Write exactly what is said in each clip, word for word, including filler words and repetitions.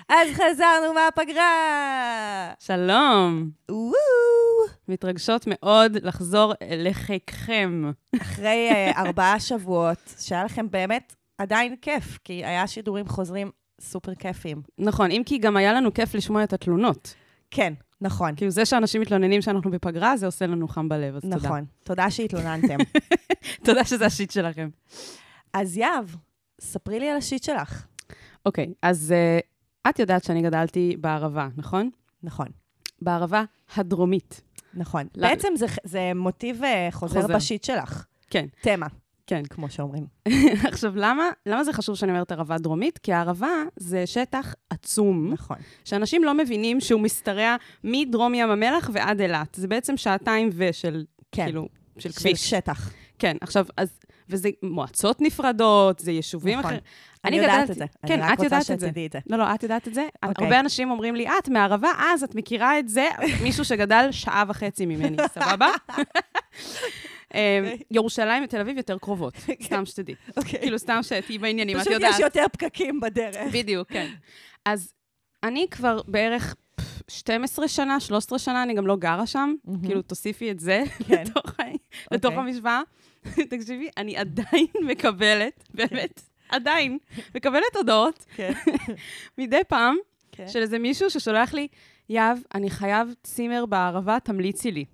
אז חזרנו מהפגרה. שלום. וואו. מתרגשות מאוד לחזור לחיקכם. אחרי uh, ארבעה שבועות, שהיה לכם באמת עדיין כיף, כי היה שידורים חוזרים סופר כיפים. נכון, אם כי גם היה לנו כיף לשמוע את התלונות. כן, נכון. כי זה שאנשים מתלוננים שאנחנו בפגרה, זה עושה לנו חם בלב, אז נכון. תודה. נכון, תודה שהתלוננתם. תודה שזה השיט שלכם. אז יאב, ספרי לי על השיט שלך. אוקיי, אז uh, את יודעת שאני גדלתי בערבה, נכון? נכון. בערבה הדרומית. נכון. לא... בעצם זה, זה מוטיב חוזר, חוזר בשיט שלך. כן. תמה. כן. כמו שאומרים. עכשיו, למה, למה זה חשוב שאני אומרת ערבה דרומית? כי הערבה זה שטח עצום. נכון. שאנשים לא מבינים שהוא משתרע מדרום ים המלח ועד אילת. זה בעצם שעתיים ושל, כן. כאילו, של של כביש. שטח. כן, עכשיו, אז, וזה מועצות נפרדות, זה יישובים נכון. אחרים. אני יודעת את זה. כן, אני את יודעת את זה. את זה. לא, לא, את יודעת את זה. Okay. הרבה אנשים אומרים לי, את מהערבה, אז את מכירה את זה, מישהו שגדל שעה וחצי ממני, סבבה? ירושלים ותל אביב יותר קרובות, סתם שתדעי. כאילו, סתם שתהי בעניינים, את יודעת. פשוט יש יותר פקקים בדרך. בדיוק, כן. אז אני כבר בערך שתים עשרה שנה, שלוש עשרה שנה, אני גם לא גרה שם, כאילו, תוסיפי את זה לתוך המשוואה. תקשיבי, אני עדיין מקבלת, באמת, עדיין, מקבלת הודעות, מדי פעם, של איזה מישהו ששולח לי, יאב, אני חייב צימר בערבה, תמליצי לי.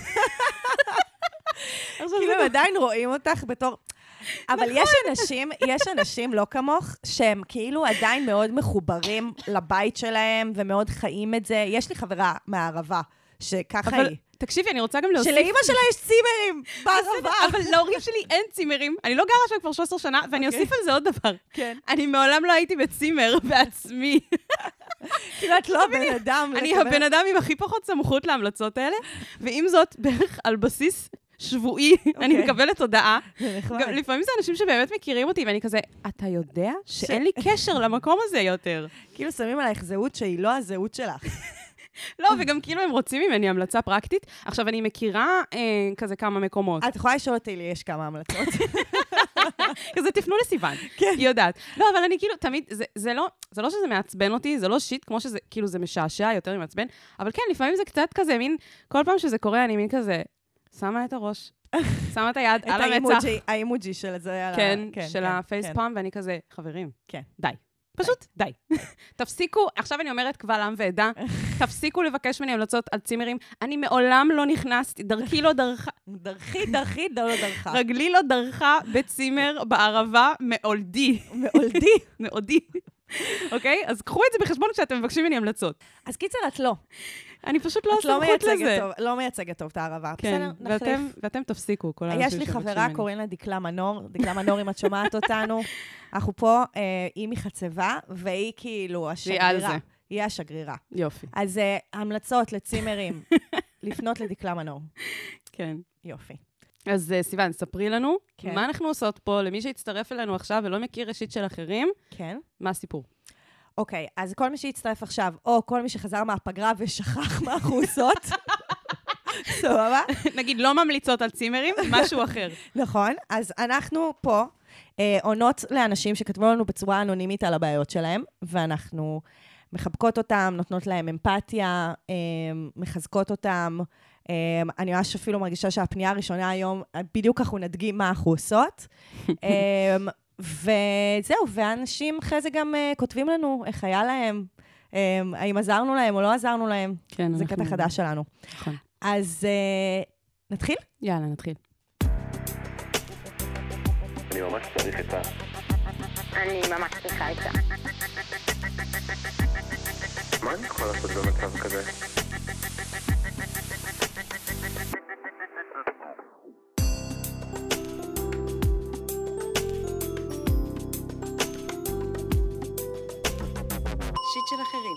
כאילו, הם עדיין רואים אותך בתור... אבל יש אנשים, יש אנשים לא כמוך, שהם כאילו עדיין מאוד מחוברים לבית שלהם, ומאוד חיים את זה. יש לי חברה מהערבה, שככה היא. תקשיבי, אני רוצה גם להוסיף... שלאמא שלה יש צימרים בערבה. אבל להורים שלי אין צימרים. אני לא גרה שם כבר שלוש עשרה שנה, ואני אוסיף על זה עוד דבר. כן. אני מעולם לא הייתי בצימר בעצמי. כאילו, את לא הבן אדם. אני הבן אדם עם הכי פחות סמכות להמלצות האלה, ועם זאת, בערך על בסיס שבועי, אני מקבלת הודעה. לפעמים זה אנשים שבאמת מכירים אותי, ואני כזה, אתה יודע שאין לי קשר למקום הזה יותר. כאילו, שמים עלייך זהות שהיא לא הזהות שלך. לא, וגם כאילו הם רוצים ממני המלצה פרקטית. עכשיו, אני מכירה אה, כזה כמה מקומות. את יכולה לשאול אותי, לי יש כמה המלצות. כזה תפנו לסיוון, כן. היא יודעת. לא, אבל אני כאילו, תמיד, זה, זה לא, זה לא שזה מעצבן אותי, זה לא שיט, כמו שזה, כאילו זה משעשע יותר מעצבן, אבל כן, לפעמים זה קצת כזה, מין, כל פעם שזה קורה, אני מין כזה, שמה את הראש, שמה את היד על המצח. את האימוג'י של זה. כן, של הפייספאם, ואני כזה, חברים, די. פשוט, די. תפסיקו, עכשיו אני אומרת קבל עם ועדה, תפסיקו לבקש ממני המלצות על צימרים. אני מעולם לא נכנסתי, דרכי לא דרכה. דרכי, דרכי, לא דרכה. רגלי לא דרכה בצימר בערבה מעולדי. מעולדי? מעודי. אוקיי? אז קחו את זה בחשבון כשאתם מבקשים ממני המלצות. אז קיצר, את לא. אני פשוט לא סמכות לזה. את לא מייצגת טוב את הערבה. כן, ואתם תפסיקו. יש לי חברה, קוראים לה דקלה מנור. דקלה מנור, אם את שומעת אותנו. אנחנו פה, היא מחצבה, והיא כאילו השגרירה. היא השגרירה. יופי. אז המלצות לצימרים, לפנות לדקלה מנור. כן. יופי. אז סיוון, ספרי לנו, מה אנחנו עושות פה, למי שהצטרף אלינו עכשיו ולא מכיר ראשית של אחרים, כן. מה הסיפור? אוקיי, אז כל מי שהצטרף עכשיו, או כל מי שחזר מהפגרה ושכח מה אנחנו עושות, סבבה? נגיד, לא ממליצות על צימרים, משהו אחר. נכון, אז אנחנו פה אה, עונות לאנשים שכתבו לנו בצורה אנונימית על הבעיות שלהם, ואנחנו מחבקות אותם, נותנות להם אמפתיה, אה, מחזקות אותם. אה, אני ממש אפילו מרגישה שהפנייה הראשונה היום, בדיוק אנחנו נדגים מה אנחנו עושות. אה, וזהו, ואנשים אחרי זה גם uh, כותבים לנו איך היה להם, um, האם עזרנו להם או לא עזרנו להם. כן, זה קטע חדש שלנו. נכון. אז uh, נתחיל? יאללה, נתחיל. אני ממש צריך עצה. אני ממש צריכה עצה. מה אני יכול לעשות במצב כזה? שיט של אחרים.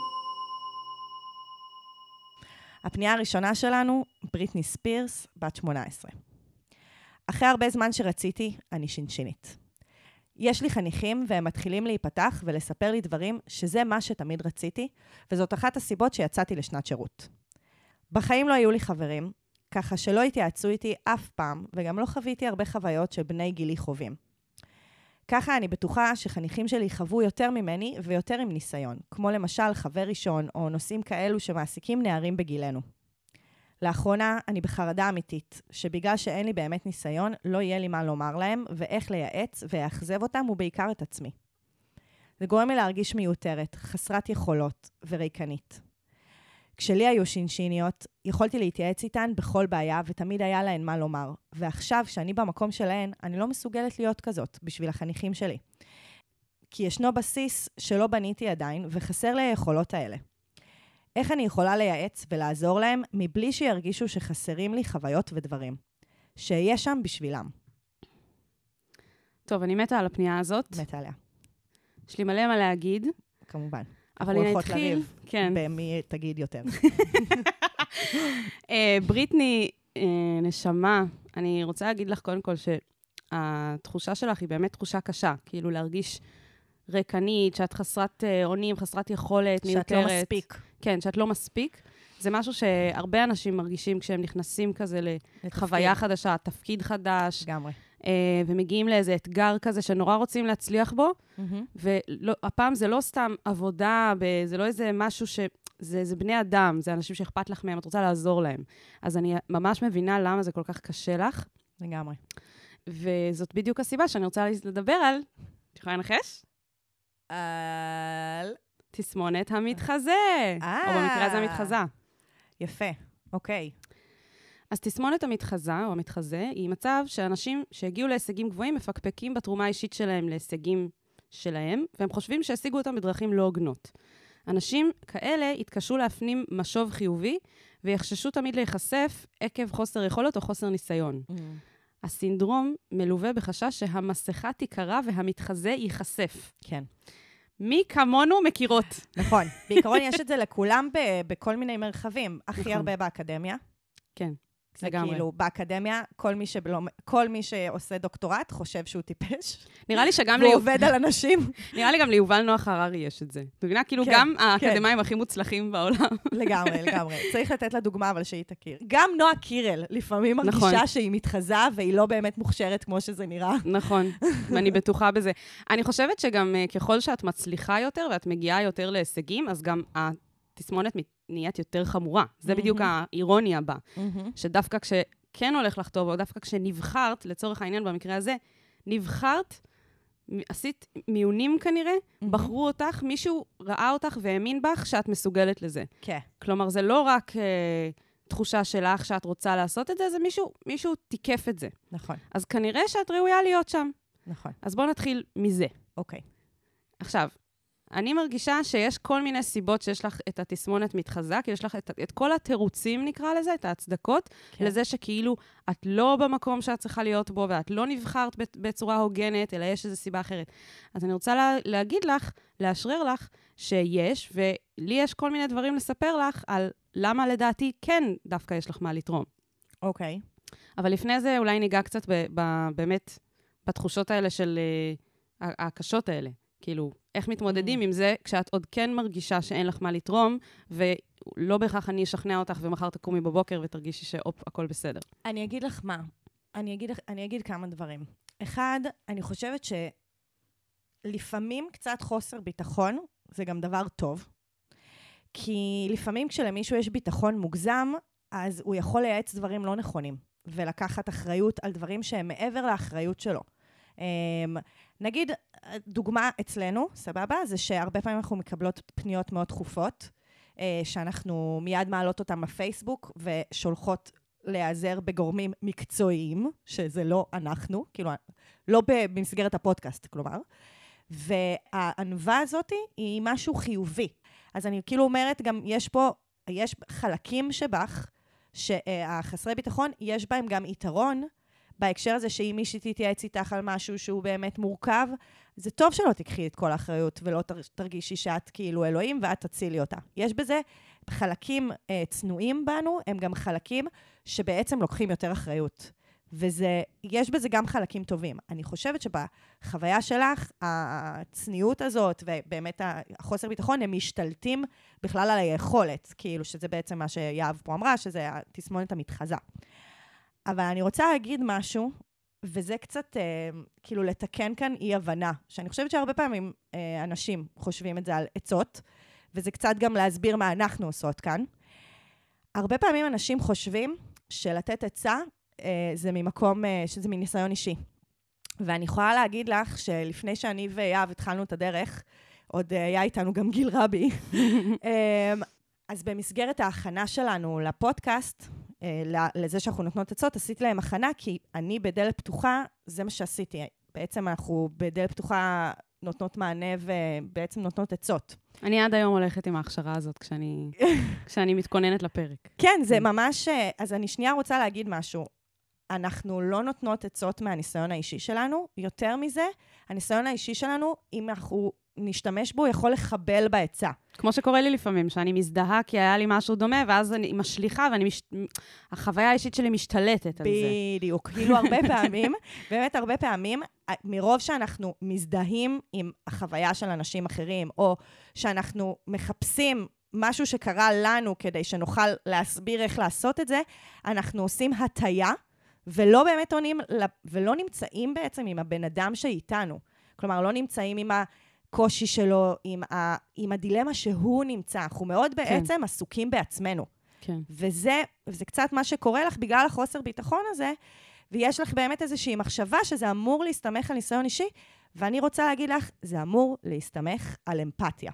הפנייה הראשונה שלנו, בריטני ספירס, בת שמונה עשרה. אחרי הרבה זמן שרציתי, אני שינשינית. יש לי חניכים והם מתחילים להיפתח ולספר לי דברים שזה מה שתמיד רציתי, וזאת אחת הסיבות שיצאתי לשנת שירות. בחיים לא היו לי חברים, ככה שלא התייעצו איתי אף פעם, וגם לא חוויתי הרבה חוויות שבני גילי חווים. ככה אני בטוחה שחניכים שלי חוו יותר ממני ויותר עם ניסיון, כמו למשל חבר ראשון או נושאים כאלו שמעסיקים נערים בגילנו. לאחרונה אני בחרדה אמיתית, שבגלל שאין לי באמת ניסיון, לא יהיה לי מה לומר להם, ואיך לייעץ ויאכזב אותם, ובעיקר את עצמי. זה גורם לי להרגיש מיותרת, חסרת יכולות וריקנית. כשלי היו שינשיניות, יכולתי להתייעץ איתן בכל בעיה, ותמיד היה להן מה לומר. ועכשיו, כשאני במקום שלהן, אני לא מסוגלת להיות כזאת בשביל החניכים שלי. כי ישנו בסיס שלא בניתי עדיין, וחסר לי היכולות האלה. איך אני יכולה לייעץ ולעזור להם, מבלי שירגישו שחסרים לי חוויות ודברים. שאהיה שם בשבילם. טוב, אני מתה על הפנייה הזאת. מתה עליה. יש לי מלא מה להגיד. כמובן. אבל אני אתחיל. כן. במי תגיד יותר. בריטני, נשמה, אני רוצה להגיד לך קודם כל שהתחושה שלך היא באמת תחושה קשה. כאילו להרגיש ריקנית, שאת חסרת אונים, חסרת יכולת, מיותרת. שאת לא מספיק. כן, שאת לא מספיק. זה משהו שהרבה אנשים מרגישים כשהם נכנסים כזה לחוויה חדשה, תפקיד חדש. גמרי. ומגיעים לאיזה אתגר כזה שנורא רוצים להצליח בו, והפעם זה לא סתם עבודה, זה לא איזה משהו ש... זה בני אדם, זה אנשים שאכפת לך מהם, את רוצה לעזור להם. אז אני ממש מבינה למה זה כל כך קשה לך. לגמרי. וזאת בדיוק הסיבה שאני רוצה לדבר על... את יכולה לנחש? על... תסמונת המתחזה. או במקרה הזה המתחזה. יפה, אוקיי. אז תסמונת המתחזה, או המתחזה, היא מצב שאנשים שהגיעו להישגים גבוהים מפקפקים בתרומה האישית שלהם להישגים שלהם, והם חושבים שהשיגו אותם בדרכים לא הוגנות. אנשים כאלה התקשו להפנים משוב חיובי, ויחששו תמיד להיחשף עקב חוסר יכולת או חוסר ניסיון. Mm. הסינדרום מלווה בחשש שהמסכה תיקרה והמתחזה ייחשף. כן. מי כמונו מכירות. נכון. בעיקרון יש את זה לכולם ב- בכל מיני מרחבים. הכי נכון. הרבה באקדמיה. כן. זה כאילו, באקדמיה, כל מי, שבלא, כל מי שעושה דוקטורט חושב שהוא טיפש. נראה לי שגם... והוא עובד על אנשים. נראה לי גם ליובל נוח הררי יש את זה. אתה מבינה? כאילו, גם האקדמיים הכי מוצלחים בעולם. לגמרי, לגמרי. צריך לתת לה דוגמה, אבל שהיא תכיר. גם נועה קירל, לפעמים מרגישה שהיא מתחזה, והיא לא באמת מוכשרת כמו שזה נראה. נכון, ואני בטוחה בזה. אני חושבת שגם ככל שאת מצליחה יותר, ואת מגיעה יותר להישגים, אז גם התסמונת נהיית יותר חמורה. זה בדיוק האירוניה בה. שדווקא כשכן הולך לך טוב, או דווקא כשנבחרת, לצורך העניין במקרה הזה, נבחרת, עשית מיונים כנראה, בחרו אותך, מישהו ראה אותך והאמין בך שאת מסוגלת לזה. כן. כלומר, זה לא רק תחושה שלך שאת רוצה לעשות את זה, זה מישהו, מישהו תיקף את זה. נכון. אז כנראה שאת ראויה להיות שם. נכון. אז בואו נתחיל מזה. אוקיי. עכשיו, אני מרגישה שיש כל מיני סיבות שיש לך את התסמונת מתחזה, כי יש לך את, את כל התירוצים, נקרא לזה, את ההצדקות, כן. לזה שכאילו את לא במקום שאת צריכה להיות בו, ואת לא נבחרת בצורה הוגנת, אלא יש איזו סיבה אחרת. אז אני רוצה לה, להגיד לך, לאשרר לך, שיש, ולי יש כל מיני דברים לספר לך על למה לדעתי כן דווקא יש לך מה לתרום. אוקיי. אבל לפני זה אולי ניגע קצת ב, ב, באמת בתחושות האלה של uh, הקשות האלה. כאילו, איך מתמודדים עם זה כשאת עוד כן מרגישה שאין לך מה לתרום, ולא בהכרח אני אשכנע אותך ומחר תקומי בבוקר ותרגישי שאופ, הכל בסדר. אני אגיד לך מה. אני אגיד, אני אגיד כמה דברים. אחד, אני חושבת שלפעמים קצת חוסר ביטחון, זה גם דבר טוב. כי לפעמים כשלמישהו יש ביטחון מוגזם, אז הוא יכול לייעץ דברים לא נכונים, ולקחת אחריות על דברים שהם מעבר לאחריות שלו. נגיד, דוגמה אצלנו, סבבה, זה שהרבה פעמים אנחנו מקבלות פניות מאוד תכופות, שאנחנו מיד מעלות אותם בפייסבוק, ושולחות להיעזר בגורמים מקצועיים, שזה לא אנחנו, כאילו, לא במסגרת הפודקאסט, כלומר, והענווה הזאת היא משהו חיובי. אז אני כאילו אומרת, גם יש פה, יש חלקים שבך, שהחסרי ביטחון, יש בהם גם יתרון, בהקשר הזה שאם מישהי תתייעץ איתך על משהו שהוא באמת מורכב, זה טוב שלא תקחי את כל האחריות, ולא תרגישי שאת כאילו אלוהים, ואת תצילי אותה. יש בזה חלקים אה, צנועים בנו, הם גם חלקים שבעצם לוקחים יותר אחריות. ויש בזה גם חלקים טובים. אני חושבת שבחוויה שלך, הצניעות הזאת, ובאמת החוסר ביטחון, הם משתלטים בכלל על היכולת, כאילו שזה בעצם מה שיהב פה אמרה, שזה התסמונת המתחזה. אבל אני רוצה להגיד משהו וזה קצת, אה, כאילו, לתקן כאן אי-הבנה, שאני חושבת שהרבה פעמים אה, אנשים חושבים את זה על עצות, וזה קצת גם להסביר מה אנחנו עושות כאן. הרבה פעמים אנשים חושבים שלתת עצה, אה, זה ממקום, אה, שזה מניסיון אישי. ואני יכולה להגיד לך שלפני שאני ויאב התחלנו את הדרך, עוד היה איתנו גם גיל רבי, אז במסגרת ההכנה שלנו לפודקאסט, לזה שאנחנו נותנות עצות, עשיתי להם הכנה, כי אני בדלת פתוחה, זה מה שעשיתי. בעצם אנחנו בדלת פתוחה נותנות מענה ובעצם נותנות עצות. אני עד היום הולכת עם ההכשרה הזאת כשאני, כשאני מתכוננת לפרק. כן, זה ממש... אז אני שנייה רוצה להגיד משהו. אנחנו לא נותנות עצות מהניסיון האישי שלנו. יותר מזה, הניסיון האישי שלנו, אם אנחנו נשתמש בו, יכול לחבל בעצה. כמו שקורה לי לפעמים, שאני מזדהה כי היה לי משהו דומה, ואז אני משליחה, ואני מש... החוויה האישית שלי משתלטת על זה. בדיוק. כאילו הרבה פעמים, באמת הרבה פעמים, מרוב שאנחנו מזדהים עם החוויה של אנשים אחרים, או שאנחנו מחפשים משהו שקרה לנו כדי שנוכל להסביר איך לעשות את זה, אנחנו עושים הטיה, ולא באמת עונים, ולא נמצאים בעצם עם הבן אדם שאיתנו. כלומר, לא נמצאים עם הקושי שלו, עם, ה, עם הדילמה שהוא נמצא. אנחנו מאוד בעצם כן. עסוקים בעצמנו. כן. וזה, וזה קצת מה שקורה לך בגלל החוסר ביטחון הזה, ויש לך באמת איזושהי מחשבה שזה אמור להסתמך על ניסיון אישי, ואני רוצה להגיד לך, זה אמור להסתמך על אמפתיה.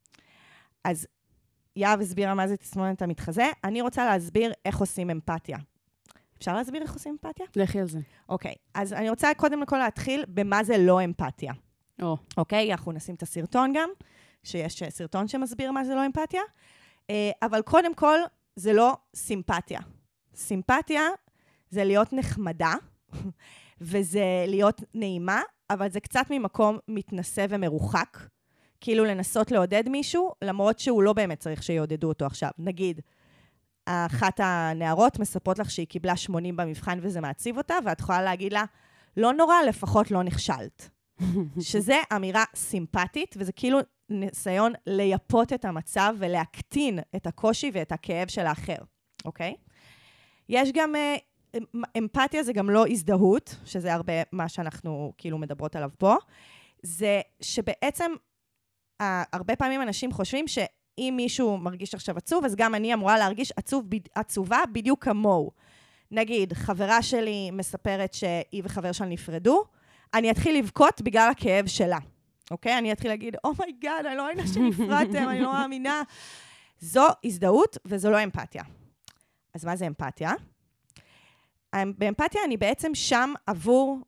אז יאב הסבירה מה זה תסמונת המתחזה, אני רוצה להסביר איך עושים אמפתיה. אפשר להסביר איך עושים אמפתיה? לכי על זה. אוקיי, אז אני רוצה קודם כל להתחיל במה זה לא אמפתיה. או. אוקיי, אנחנו נשים את הסרטון גם, שיש סרטון שמסביר מה זה לא אמפתיה, אבל קודם כל זה לא סימפתיה. סימפתיה זה להיות נחמדה, וזה להיות נעימה, אבל זה קצת ממקום מתנשא ומרוחק, כאילו לנסות לעודד מישהו, למרות שהוא לא באמת צריך שיעודדו אותו עכשיו. נגיד, אחת הנערות מספרות לך שהיא קיבלה שמונים במבחן וזה מעציב אותה, ואת יכולה להגיד לה, לא נורא, לפחות לא נכשלת. שזה אמירה סימפטית, וזה כאילו ניסיון לייפות את המצב ולהקטין את הקושי ואת הכאב של האחר, אוקיי? יש גם, אמפתיה זה גם לא הזדהות, שזה הרבה מה שאנחנו כאילו מדברות עליו פה, זה שבעצם הרבה פעמים אנשים חושבים ש... אם מישהו מרגיש עכשיו עצוב, אז גם אני אמורה להרגיש עצוב, עצובה בדיוק כמוהו. נגיד, חברה שלי מספרת שהיא וחבר שלה נפרדו, אני אתחיל לבכות בגלל הכאב שלה. אוקיי? אני אתחיל להגיד, אומייגאד, אני לא מאמינה שנפרדתם, אני לא מאמינה. זו הזדהות וזו לא אמפתיה. אז מה זה אמפתיה? באמפתיה אני בעצם שם עבור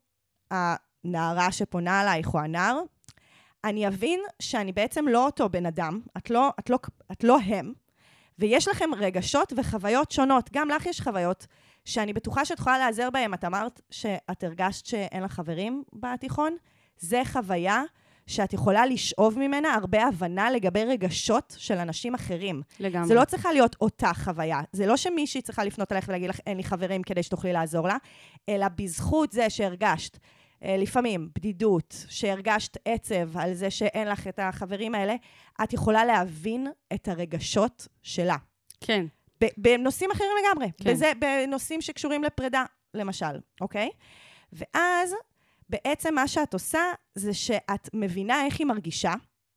הנערה שפונה עלייך או הנער, אני אבין שאני בעצם לא אותו בן אדם, את לא, את לא, את לא הם, ויש לכם רגשות וחוויות שונות. גם לך יש חוויות שאני בטוחה שאת יכולה לעזר בהם. את אמרת שאת הרגשת שאין לך חברים בתיכון. זה חוויה שאת יכולה לשאוב ממנה הרבה הבנה לגבי רגשות של אנשים אחרים. לגמרי. זה לא צריכה להיות אותה חוויה. זה לא שמישהי צריכה לפנות אליך ולהגיד לך אין לי חברים כדי שתוכלי לעזור לה, אלא בזכות זה שהרגשת לפעמים בדידות, שהרגשת עצב על זה שאין לך את החברים האלה, את יכולה להבין את הרגשות שלה. כן. בנושאים אחרים לגמרי. כן. בזה, בנושאים שקשורים לפרידה, למשל, אוקיי? ואז בעצם מה שאת עושה, זה שאת מבינה איך היא מרגישה,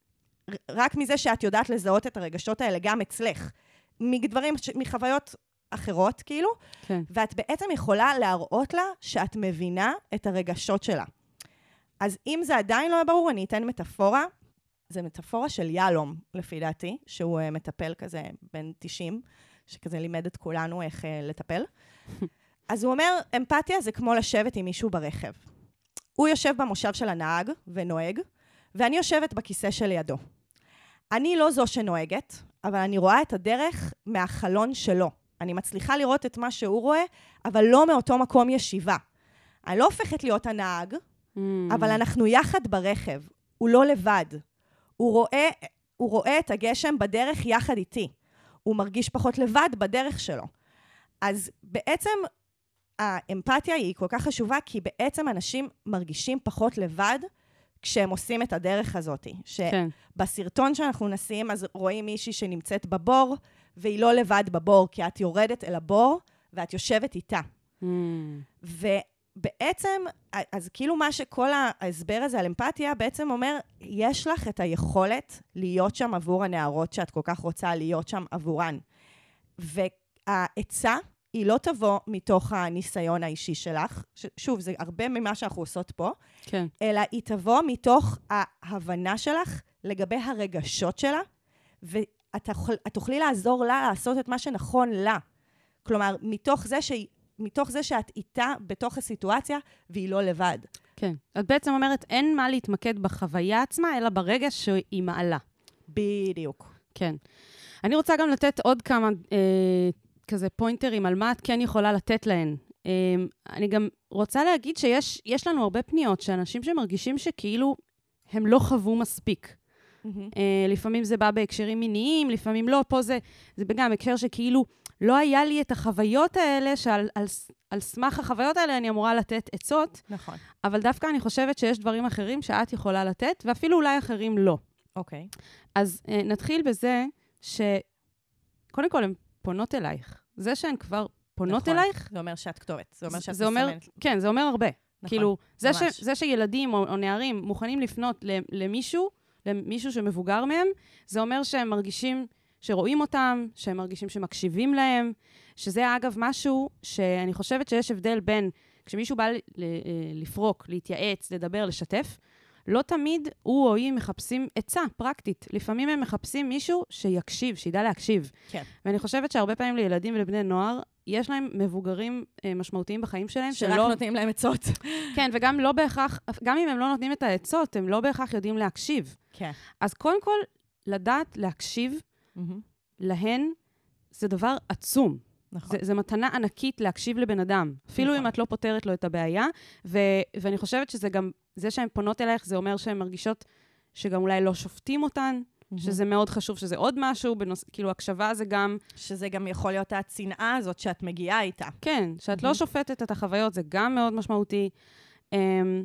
רק מזה שאת יודעת לזהות את הרגשות האלה גם אצלך, מדברים, מחוויות אחרות, כאילו, כן. ואת בעצם יכולה להראות לה שאת מבינה את הרגשות שלה. אז אם זה עדיין לא ברור, אני אתן מטאפורה, זה מטאפורה של ילום, לפי דעתי, שהוא uh, מטפל כזה בן תשעים, שכזה לימד את כולנו איך uh, לטפל. אז הוא אומר, אמפתיה זה כמו לשבת עם מישהו ברכב. הוא יושב במושב של הנהג ונוהג, ואני יושבת בכיסא שלידו. אני לא זו שנוהגת, אבל אני רואה את הדרך מהחלון שלו. אני מצליחה לראות את מה שהוא רואה, אבל לא מאותו מקום ישיבה. אני לא הופכת להיות הנהג, mm. אבל אנחנו יחד ברכב. הוא לא לבד. הוא רואה, הוא רואה את הגשם בדרך יחד איתי. הוא מרגיש פחות לבד בדרך שלו. אז בעצם האמפתיה היא כל כך חשובה, כי בעצם אנשים מרגישים פחות לבד כשהם עושים את הדרך הזאת. שבסרטון שאנחנו נשים, אז רואים מישהי שנמצאת בבור, והיא לא לבד בבור, כי את יורדת אל הבור, ואת יושבת איתה. Mm. בעצם, אז כאילו מה שכל ההסבר הזה על אמפתיה, בעצם אומר, יש לך את היכולת להיות שם עבור הנערות שאת כל כך רוצה להיות שם עבורן. והעצה היא לא תבוא מתוך הניסיון האישי שלך, שוב, זה הרבה ממה שאנחנו עושות פה, כן. אלא היא תבוא מתוך ההבנה שלך לגבי הרגשות שלה, ואת תוכלי לעזור לה לעשות את מה שנכון לה. כלומר, מתוך זה שהיא, מתוך זה שאת איתה בתוך הסיטואציה, והיא לא לבד. כן. את בעצם אומרת, אין מה להתמקד בחוויה עצמה, אלא ברגע שהיא מעלה. בדיוק. כן. אני רוצה גם לתת עוד כמה אה, כזה פוינטרים על מה את כן יכולה לתת להן. אה, אני גם רוצה להגיד שיש יש לנו הרבה פניות, שאנשים שמרגישים שכאילו הם לא חוו מספיק. Mm-hmm. אה, לפעמים זה בא בהקשרים מיניים, לפעמים לא, פה זה, זה גם הקשר שכאילו לא היה לי את החוויות האלה, שעל על, על סמך החוויות האלה אני אמורה לתת עצות. נכון. אבל דווקא אני חושבת שיש דברים אחרים שאת יכולה לתת, ואפילו אולי אחרים לא. אוקיי. Okay. אז אה, נתחיל בזה שקודם כל הן פונות אלייך. זה שהן כבר פונות נכון. אלייך... זה אומר שאת כתובת. זה אומר שאת זה אומר, מסמנת. כן, זה אומר הרבה. נכון, כאילו, זה, ש, ממש. זה שילדים או, או נערים מוכנים לפנות למישהו, למישהו שמבוגר מהם, זה אומר שהם מרגישים שרואים אותם, שהם מרגישים שמקשיבים להם, שזה אגב משהו שאני חושבת שיש הבדל בין כשמישהו בא לפרוק, להתייעץ, לדבר, לשתף, לא תמיד הוא או היא מחפשים עצה פרקטית. לפעמים הם מחפשים מישהו שיקשיב, שידע להקשיב. כן. ואני חושבת שהרבה פעמים לילדים ולבני נוער, יש להם מבוגרים אה, משמעותיים בחיים שלהם, שרק שלא... נותנים להם עצות. כן, וגם לא בהכרח, גם אם הם לא נותנים את העצות, הם לא בהכרח יודעים להקשיב. כן. אז קודם כל, לדעת להקשיב Mm-hmm. להן, זה דבר עצום. נכון. זה, זה מתנה ענקית להקשיב לבן אדם. אפילו נכון. אם את לא פותרת לו את הבעיה. ו, ואני חושבת שזה גם, זה שהן פונות אלייך, זה אומר שהן מרגישות שגם אולי לא שופטים אותן, mm-hmm. שזה מאוד חשוב, שזה עוד משהו, בנוס, כאילו הקשבה זה גם... שזה גם יכול להיות הצנעה הזאת שאת מגיעה איתה. כן, שאת mm-hmm. לא שופטת את החוויות, זה גם מאוד משמעותי. Um,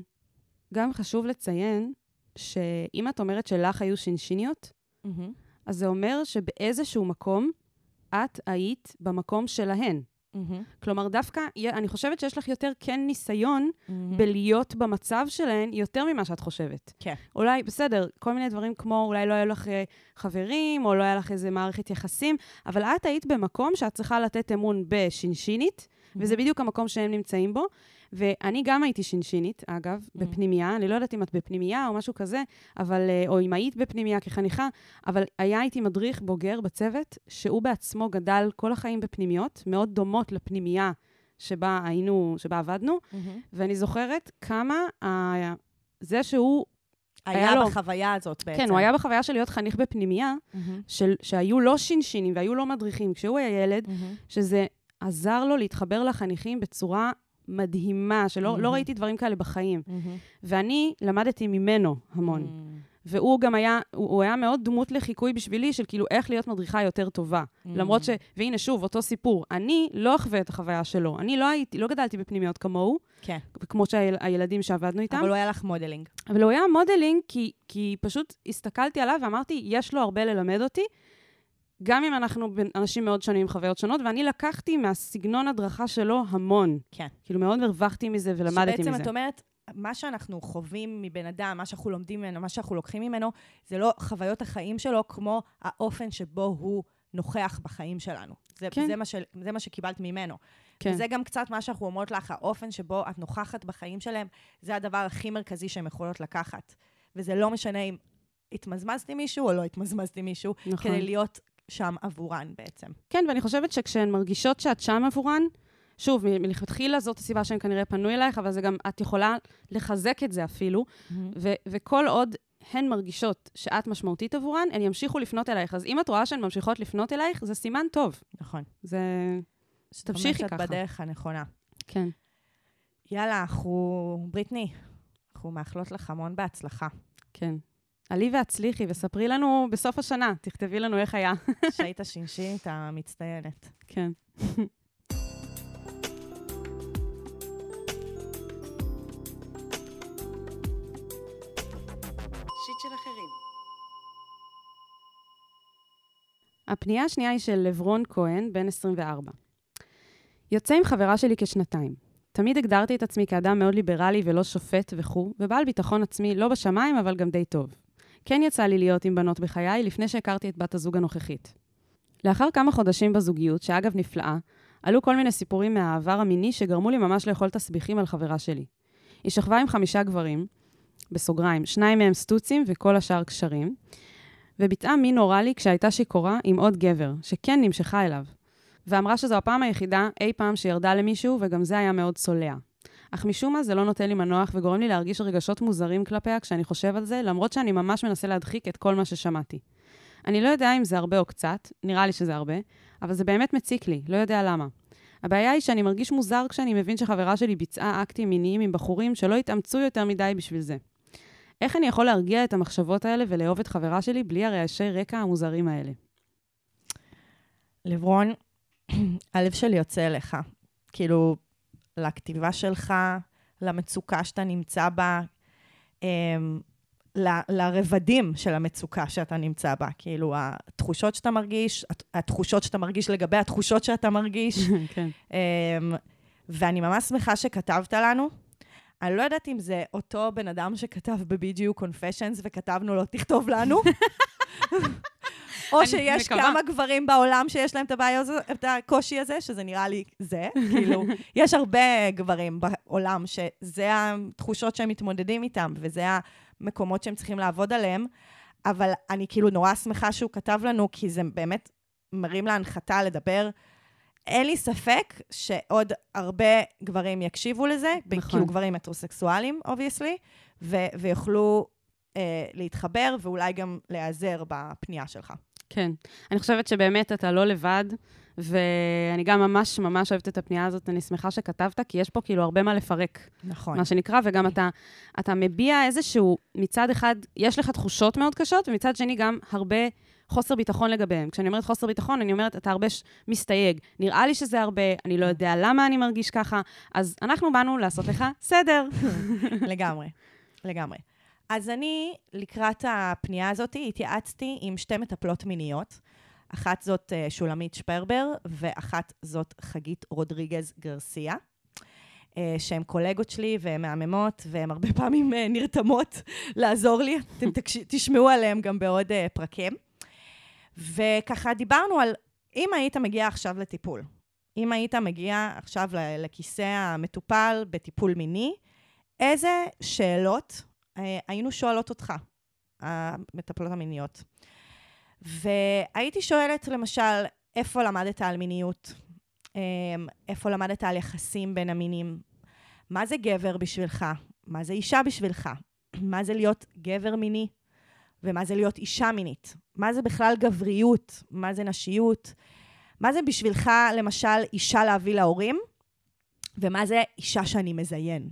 גם חשוב לציין, שאם את אומרת שלך היו שינשיניות, mm-hmm. אז זה אומר שבאיזשהו מקום, את היית במקום שלהן. Mm-hmm. כלומר, דווקא, אני חושבת שיש לך יותר כן ניסיון mm-hmm. בלהיות במצב שלהן, יותר ממה שאת חושבת. כן. Okay. אולי, בסדר, כל מיני דברים כמו, אולי לא היה לך חברים, או לא היה לך איזה מערכת יחסים, אבל את היית במקום שאת צריכה לתת אמון בשינשינית, mm-hmm. וזה בדיוק המקום שהם נמצאים בו. ואני גם הייתי שינשינית, אגב, mm-hmm. בפנימייה. אני לא יודעת אם את בפנימייה או משהו כזה, אבל, או אם היית בפנימייה כחניכה, אבל היה איתי מדריך בוגר בצוות, שהוא בעצמו גדל כל החיים בפנימיות, מאוד דומות לפנימייה שבה היינו, שבה עבדנו, mm-hmm. ואני זוכרת כמה ה... זה שהוא... היה, היה לו... בחוויה הזאת בעצם. כן, הוא היה בחוויה של להיות חניך בפנימייה, mm-hmm. של... שהיו לא שינשינים והיו לא מדריכים, כשהוא היה ילד, mm-hmm. שזה עזר לו להתחבר לחניכים בצורה... מדהימה, שלא mm-hmm. לא ראיתי דברים כאלה בחיים. Mm-hmm. ואני למדתי ממנו המון. Mm-hmm. והוא גם היה, הוא, הוא היה מאוד דמות לחיקוי בשבילי, של כאילו איך להיות מדריכה יותר טובה. Mm-hmm. למרות ש... והנה שוב, אותו סיפור. אני לא אחווה את החוויה שלו. אני לא הייתי, לא גדלתי בפנימיות כמוהו, כן. כמו שהילדים שעבדנו איתם. אבל הוא היה לך מודלינג. אבל הוא היה מודלינג, כי, כי פשוט הסתכלתי עליו ואמרתי, יש לו הרבה ללמד אותי, גם אם אנחנו אנשים מאוד שונים עם חוויות שונות, ואני לקחתי מהסגנון הדרכה שלו המון. כן. כאילו מאוד הרווחתי מזה ולמדתי מזה. שבעצם את אומרת, מה שאנחנו חווים מבן אדם, מה שאנחנו לומדים ממנו, מה שאנחנו לוקחים ממנו, זה לא חוויות החיים שלו, כמו האופן שבו הוא נוכח בחיים שלנו. זה, כן. זה, מה, ש, זה מה שקיבלת ממנו. כן. וזה גם קצת מה שאנחנו אומרות לך, האופן שבו את נוכחת בחיים שלהם, זה הדבר הכי מרכזי שהן יכולות לקחת. וזה לא משנה אם התמזמזתי מישהו או לא התמזמזתי מישהו, נכון. כדי להיות... שם עבורן בעצם. כן, ואני חושבת שכשהן מרגישות שאת שם עבורן, שוב, מלכתחילה זאת הסיבה שהן כנראה פנו אלייך, אבל זה גם, את יכולה לחזק את זה אפילו, mm-hmm. ו- וכל עוד הן מרגישות שאת משמעותית עבורן, הן ימשיכו לפנות אלייך. אז אם את רואה שהן ממשיכות לפנות אלייך, זה סימן טוב. נכון. זה... תמשיכי ככה. שאת בדרך הנכונה. כן. יאללה, אנחנו... בריטני, אנחנו מאחלות לך המון בהצלחה. כן. עלי והצליחי, וספרי לנו בסוף השנה, תכתבי לנו איך היה. שהיית שינשינית המצטיינת. כן. שיט של אחרים. הפנייה השנייה היא של לברון כהן, בן עשרים וארבע. יוצא עם חברה שלי כשנתיים. תמיד הגדרתי את עצמי כאדם מאוד ליברלי ולא שופט וכו', ובעל ביטחון עצמי לא בשמיים, אבל גם די טוב. כן יצא לי להיות עם בנות בחיי לפני שהכרתי את בת הזוג הנוכחית. לאחר כמה חודשים בזוגיות, שאגב נפלאה, עלו כל מיני סיפורים מהעבר המיני שגרמו לי ממש לאכול תסביכים על חברה שלי. היא שכבה עם חמישה גברים, בסוגריים, שניים מהם סטוצים וכל השאר קשרים, וביטאה מין אוראלי כשהייתה שיכורה עם עוד גבר, שכן נמשכה אליו. ואמרה שזו הפעם היחידה אי פעם שירדה למישהו, וגם זה היה מאוד צולע. אך משום מה זה לא נותן לי מנוח וגורם לי להרגיש רגשות מוזרים כלפיה כשאני חושב על זה, למרות שאני ממש מנסה להדחיק את כל מה ששמעתי. אני לא יודע אם זה הרבה או קצת, נראה לי שזה הרבה, אבל זה באמת מציק לי, לא יודע למה. הבעיה היא שאני מרגיש מוזר כשאני מבין שחברה שלי ביצעה אקטים מיניים עם בחורים שלא התאמצו יותר מדי בשביל זה. איך אני יכול להרגיע את המחשבות האלה ולאהוב את חברה שלי בלי הרעשי רקע המוזרים האלה? לברון, הלב שלי יוצא אליך. כאילו, לכתיבה שלך, למצוקה שאתה נמצא בה, ל- לרבדים של המצוקה שאתה נמצא בה. כאילו, התחושות שאתה מרגיש, התחושות שאתה מרגיש לגבי התחושות שאתה מרגיש. כן. ואני ממש שמחה שכתבת לנו. אני לא יודעת אם זה אותו בן אדם שכתב ב-בי ג'י יו Confessions וכתבנו לו, תכתוב לנו. או שיש כמה גברים בעולם שיש להם את הקושי הזה, שזה נראה לי זה. כאילו, יש הרבה גברים בעולם שזה התחושות שהם מתמודדים איתם, וזה המקומות שהם צריכים לעבוד עליהם, אבל אני כאילו נורא שמחה שהוא כתב לנו, כי זה באמת מרים להנחתה לדבר. אין לי ספק שעוד הרבה גברים יקשיבו לזה, נכון. כאילו גברים מטרוסקסואלים, obviously, ו- ויוכלו אה, להתחבר, ואולי גם להיעזר בפנייה שלך. כן. אני חושבת שבאמת אתה לא לבד, ואני גם ממש ממש אוהבת את הפנייה הזאת, אני שמחה שכתבת, כי יש פה כאילו הרבה מה לפרק. נכון. מה שנקרא, וגם אתה, אתה מביע איזשהו, מצד אחד, יש לך תחושות מאוד קשות, ומצד שני גם הרבה חוסר ביטחון לגביהם. כשאני אומרת חוסר ביטחון, אני אומרת, אתה הרבה מסתייג. נראה לי שזה הרבה, אני לא יודע למה אני מרגיש ככה, אז אנחנו באנו לעשות לך סדר. לגמרי, לגמרי. אז אני, לקראת הפנייה הזאת, התייעצתי עם שתי מטפלות מיניות. אחת זאת שולמית שפרבר, ואחת זאת חגית רודריגז גרסיה, שהן קולגות שלי והן מהממות, והן הרבה פעמים נרתמות לעזור לי. אתם תשמעו עליהם גם בעוד פרקים. וככה דיברנו על, אם היית מגיע עכשיו לטיפול, אם היית מגיע עכשיו לכיסא המטופל בטיפול מיני, איזה שאלות היינו שואלות אותך, המטפלות המיניות. והייתי שואלת, למשל, איפה למדת על מיניות? איפה למדת על יחסים בין המינים? מה זה גבר בשבילך? מה זה אישה בשבילך? מה זה להיות גבר מיני? ומה זה להיות אישה מינית? מה זה בכלל גבריות? מה זה נשיות? מה זה בשבילך, למשל, אישה להביא להורים? ומה זה אישה שאני מזיין?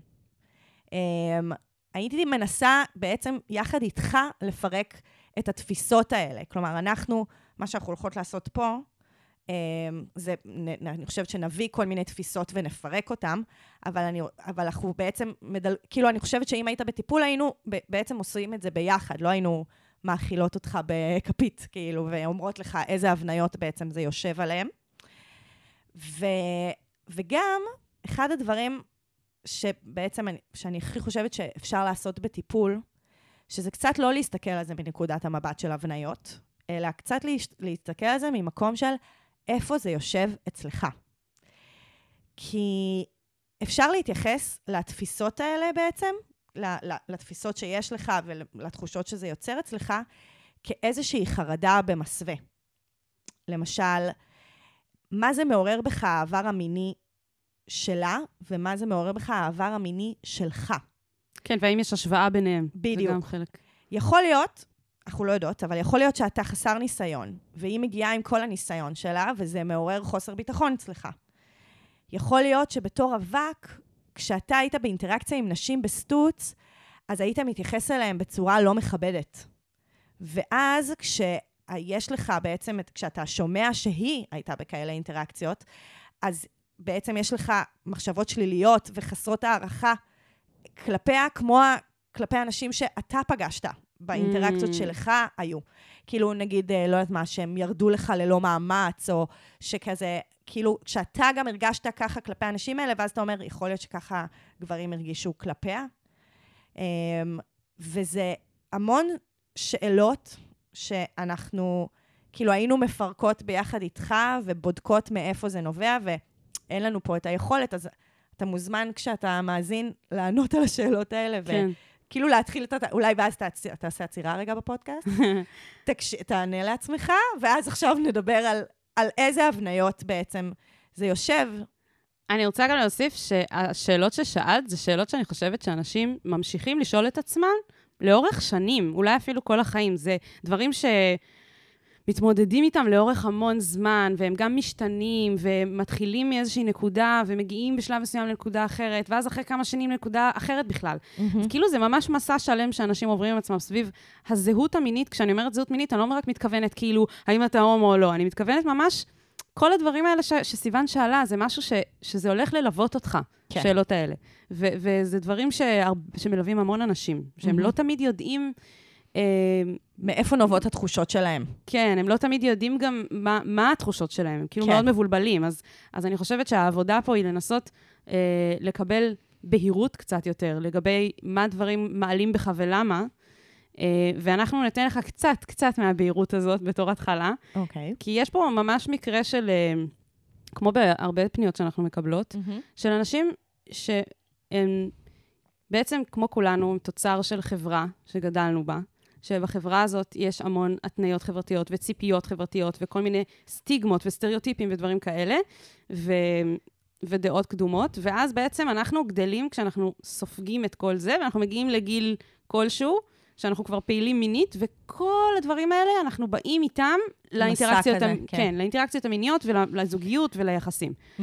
הייתי מנסה בעצם יחד איתך לפרק את התפיסות האלה. כלומר, אנחנו, מה שאנחנו הולכות לעשות פה, זה, אני חושבת שנביא כל מיני תפיסות ונפרק אותם, אבל, אני, אבל אנחנו בעצם, מדל, כאילו אני חושבת שאם היית בטיפול, היינו בעצם עושים את זה ביחד, לא היינו מאכילות אותך בכפית, כאילו, ואומרות לך איזה הבניות בעצם זה יושב עליהם. ו, וגם, אחד הדברים שבעצם, אני, שאני הכי חושבת שאפשר לעשות בטיפול, שזה קצת לא להסתכל על זה מנקודת המבט של הבניות, אלא קצת להסתכל על זה ממקום של איפה זה יושב אצלך. כי אפשר להתייחס לתפיסות האלה בעצם, לתפיסות שיש לך ולתחושות שזה יוצר אצלך, כאיזושהי חרדה במסווה. למשל, מה זה מעורר בך העבר המיני שלה, ומה זה מעורר בך העבר המיני שלך. כן, והאם יש השוואה ביניהם. בדיוק. זה גם חלק. יכול להיות, אנחנו לא יודעות, אבל יכול להיות שאתה חסר ניסיון, והיא מגיעה עם כל הניסיון שלה, וזה מעורר חוסר ביטחון אצלך. יכול להיות שבתור אבק, כשאתה היית באינטראקציה עם נשים בסטוץ, אז היית מתייחס אליהם בצורה לא מכבדת. ואז כשיש לך בעצם, כשאתה שומע שהיא הייתה בכאלה אינטראקציות, אז בעצם יש לך מחשבות שליליות וחסרות הערכה כלפיה, כמו כלפי אנשים שאתה פגשת באינטראקציות mm. שלך היו. כאילו נגיד, לא יודעת מה, שהם ירדו לך ללא מאמץ, או שכזה, כאילו, כשאתה גם הרגשת ככה כלפי האנשים האלה, ואז אתה אומר, יכול להיות שככה גברים הרגישו כלפיה. וזה המון שאלות שאנחנו, כאילו, היינו מפרקות ביחד איתך, ובודקות מאיפה זה נובע, ואין לנו פה את היכולת, אז אתה מוזמן כשאתה מאזין לענות על השאלות האלה, כן. וכאילו להתחיל את, אולי ואז תעשה עצירה רגע בפודקאסט, תענה לעצמך, ואז עכשיו נדבר על, על איזה הבניות בעצם זה יושב. אני רוצה גם להוסיף שהשאלות ששאלת, זה שאלות שאני חושבת שאנשים ממשיכים לשאול את עצמם לאורך שנים, אולי אפילו כל החיים. זה דברים שמתמודדים איתם לאורך המון זמן, והם גם משתנים, ומתחילים מאיזושהי נקודה, ומגיעים בשלב מסוים לנקודה אחרת, ואז אחרי כמה שנים לנקודה אחרת בכלל. Mm-hmm. אז כאילו זה ממש מסע שלם שאנשים עוברים עם עצמם סביב הזהות המינית. כשאני אומרת זהות מינית, אני לא רק מתכוונת כאילו, האם אתה הומו או לא, אני מתכוונת ממש כל הדברים האלה ש, שסיוון שאלה, זה משהו ש, שזה הולך ללוות אותך, כן. שאלות האלה. ו, וזה דברים ש, שמלווים המון אנשים, שהם mm-hmm. לא תמיד יודעים... אה, מאיפה נובעות התחושות שלהם. כן, הם לא תמיד יודעים גם מה, מה התחושות שלהם, הם כאילו כן. מאוד מבולבלים. אז, אז אני חושבת שהעבודה פה היא לנסות אה, לקבל בהירות קצת יותר, לגבי מה דברים מעלים בך ולמה, Uh, ואנחנו ניתן לך קצת, קצת מהבהירות הזאת בתור התחלה. אוקיי. Okay. כי יש פה ממש מקרה של, uh, כמו בהרבה פניות שאנחנו מקבלות, mm-hmm. של אנשים שהם בעצם, כמו כולנו, תוצר של חברה שגדלנו בה, שבחברה הזאת יש המון התניות חברתיות וציפיות חברתיות וכל מיני סטיגמות וסטריאוטיפים ודברים כאלה, ו... ודעות קדומות, ואז בעצם אנחנו גדלים כשאנחנו סופגים את כל זה, ואנחנו מגיעים לגיל כלשהו, שאנחנו כבר פעילים מינית, וכל הדברים האלה אנחנו באים איתם לאינטראקציות, כזה, המ... כן. כן, לאינטראקציות המיניות ולזוגיות וליחסים. Mm-hmm.